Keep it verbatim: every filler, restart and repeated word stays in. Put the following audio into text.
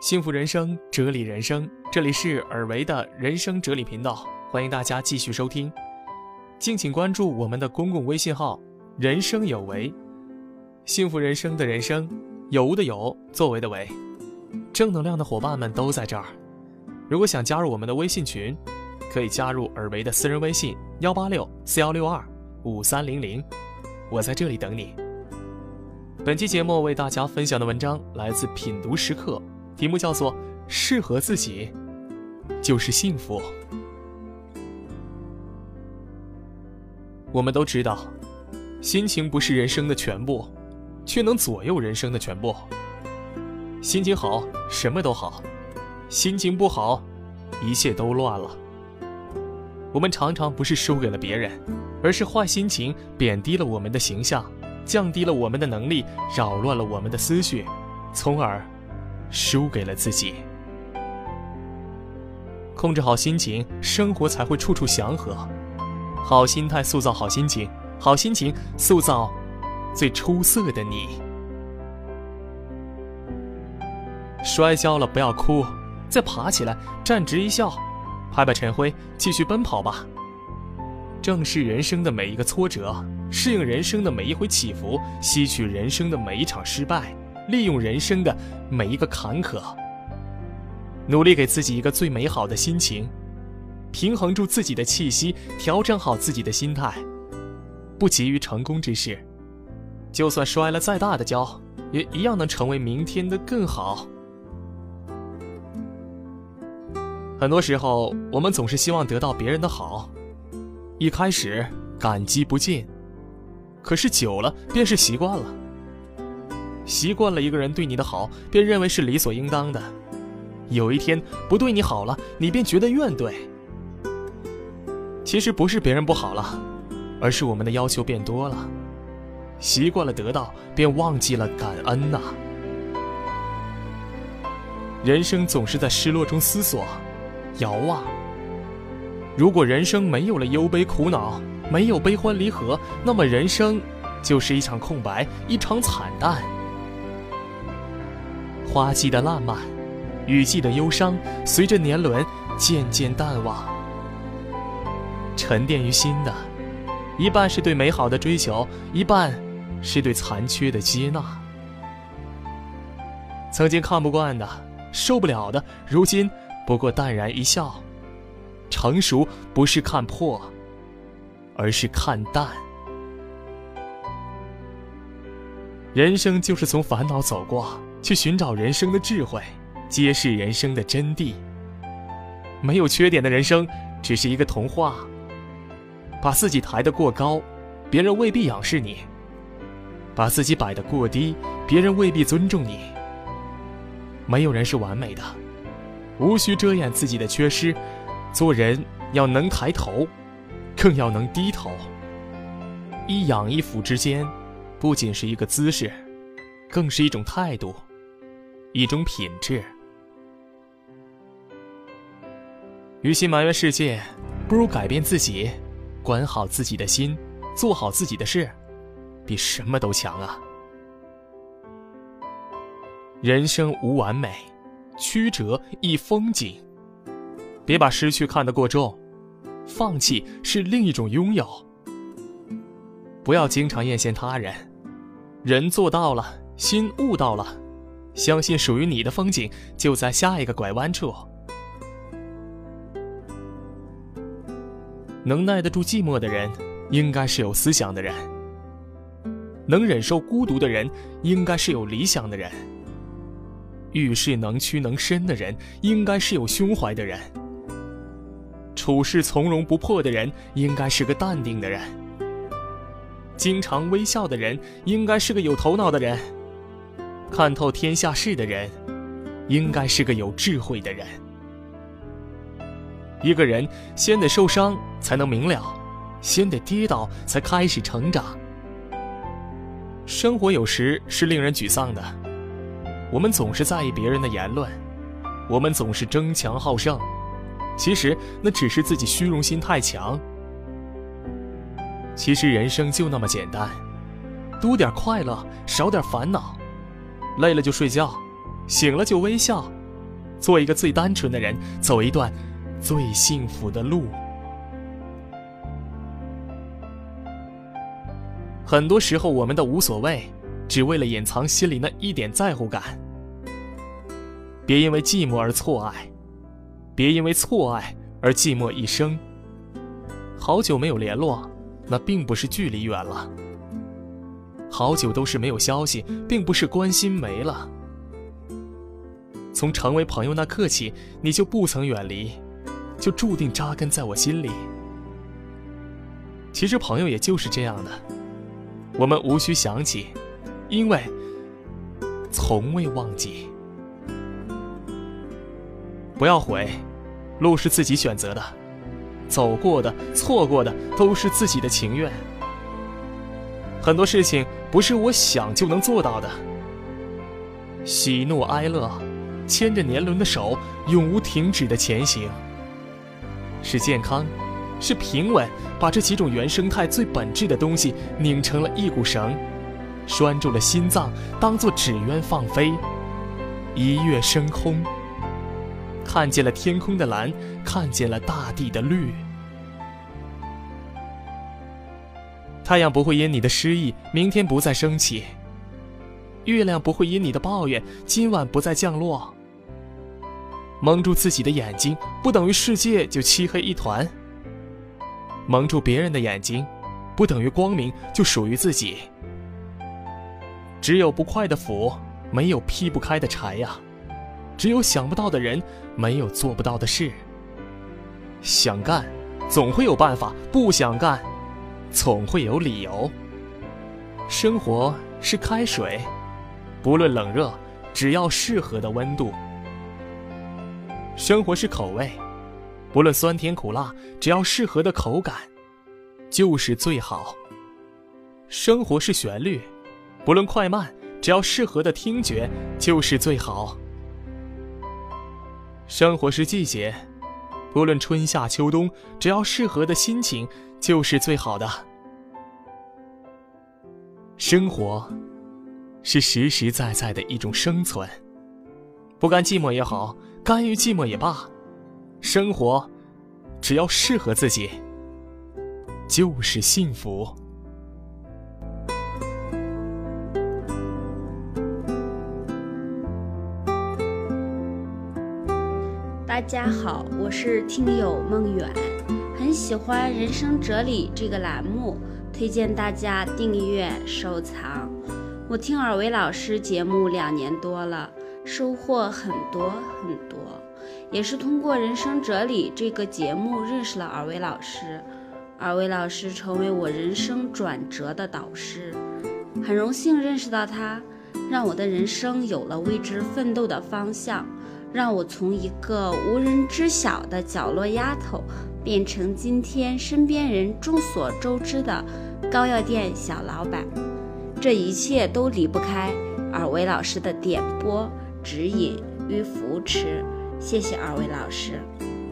幸福人生，哲理人生，这里是尔维的人生哲理频道，欢迎大家继续收听。敬请关注我们的公共微信号人生有为，幸福人生的人生，有无的有，作为的为，正能量的伙伴们都在这儿。如果想加入我们的微信群，可以加入尔维的私人微信幺八六四幺六二五三零零，我在这里等你。本期节目为大家分享的文章来自品读时刻，题目叫做适合自己就是幸福。我们都知道，心情不是人生的全部，却能左右人生的全部。心情好，什么都好；心情不好，一切都乱了。我们常常不是输给了别人，而是坏心情贬低了我们的形象，降低了我们的能力，扰乱了我们的思绪，从而输给了自己。控制好心情，生活才会处处祥和。好心态塑造好心情，好心情塑造最出色的你。摔跤了不要哭，再爬起来，站直一笑，拍拍尘灰，继续奔跑吧。正视人生的每一个挫折，适应人生的每一回起伏，吸取人生的每一场失败，利用人生的每一个坎坷，努力给自己一个最美好的心情，平衡住自己的气息，调整好自己的心态。不急于成功之事，就算摔了再大的跤，也一样能成为明天的更好。很多时候，我们总是希望得到别人的好，一开始感激不尽，可是久了便是习惯了。习惯了一个人对你的好，便认为是理所应当的。有一天不对你好了，你便觉得怨怼。其实不是别人不好了，而是我们的要求变多了。习惯了得到，便忘记了感恩呐。人生总是在失落中思索、遥望。如果人生没有了忧悲苦恼，没有悲欢离合，那么人生就是一场空白，一场惨淡。花季的烂漫，雨季的忧伤，随着年轮渐渐淡忘。沉淀于心的，一半是对美好的追求，一半是对残缺的接纳。曾经看不惯的，受不了的，如今不过淡然一笑。成熟不是看破，而是看淡。人生就是从烦恼走过，去寻找人生的智慧，揭示人生的真谛。没有缺点的人生只是一个童话。把自己抬得过高，别人未必仰视你；把自己摆得过低，别人未必尊重你。没有人是完美的，无需遮掩自己的缺失。做人要能抬头，更要能低头。一仰一俯之间，不仅是一个姿势，更是一种态度，一种品质。与其埋怨世界，不如改变自己，管好自己的心，做好自己的事，比什么都强啊。人生无完美，曲折亦风景。别把失去看得过重，放弃是另一种拥有。不要经常艳羡他人，人做到了，心悟到了，相信属于你的风景就在下一个拐弯处。能耐得住寂寞的人，应该是有思想的人；能忍受孤独的人，应该是有理想的人；遇事能屈能伸的人，应该是有胸怀的人；处事从容不迫的人，应该是个淡定的人；经常微笑的人，应该是个有头脑的人；看透天下事的人，应该是个有智慧的人。一个人先得受伤才能明了，先得跌倒才开始成长。生活有时是令人沮丧的，我们总是在意别人的言论，我们总是争强好胜，其实那只是自己虚荣心太强。其实人生就那么简单，多点快乐，少点烦恼。累了就睡觉，醒了就微笑， 做一个最单纯的人，走一段最幸福的路。很多时候我们的无所谓，只为了隐藏心里那一点在乎感。别因为寂寞而错爱，别因为错爱而寂寞一生。好久没有联络，那并不是距离远了。好久都是没有消息，并不是关心没了。从成为朋友那刻起，你就不曾远离，就注定扎根在我心里。其实朋友也就是这样的，我们无需想起，因为从未忘记。不要悔，路是自己选择的，走过的、错过的都是自己的情愿。很多事情不是我想就能做到的。喜怒哀乐，牵着年轮的手，永无停止的前行。是健康，是平稳，把这几种原生态最本质的东西拧成了一股绳，拴住了心脏，当作纸鸢放飞，一跃升空，看见了天空的蓝，看见了大地的绿。太阳不会因你的失意明天不再升起，月亮不会因你的抱怨今晚不再降落。蒙住自己的眼睛，不等于世界就漆黑一团；蒙住别人的眼睛，不等于光明就属于自己。只有不快的斧，没有劈不开的柴呀；只有想不到的人，没有做不到的事。想干，总会有办法；不想干，总会有理由。生活是开水，不论冷热，只要适合的温度。生活是口味，不论酸甜苦辣，只要适合的口感，就是最好。生活是旋律，不论快慢，只要适合的听觉，就是最好。生活是季节，不论春夏秋冬，只要适合的心情，就是最好的。生活是实实在在的一种生存，不甘寂寞也好，甘于寂寞也罢，生活只要适合自己，就是幸福。 大家好，我是听友梦远，很喜欢人生哲理这个栏目，推荐大家订阅收藏。我听尔维老师节目两年多了，收获很多很多，也是通过人生哲理这个节目认识了尔维老师。尔维老师成为我人生转折的导师，很荣幸认识到他，让我的人生有了为之奋斗的方向，让我从一个无人知晓的角落丫头变成今天身边人众所周知的糕药店小老板。这一切都离不开尔维老师的点拨、指引与扶持，谢谢尔维老师。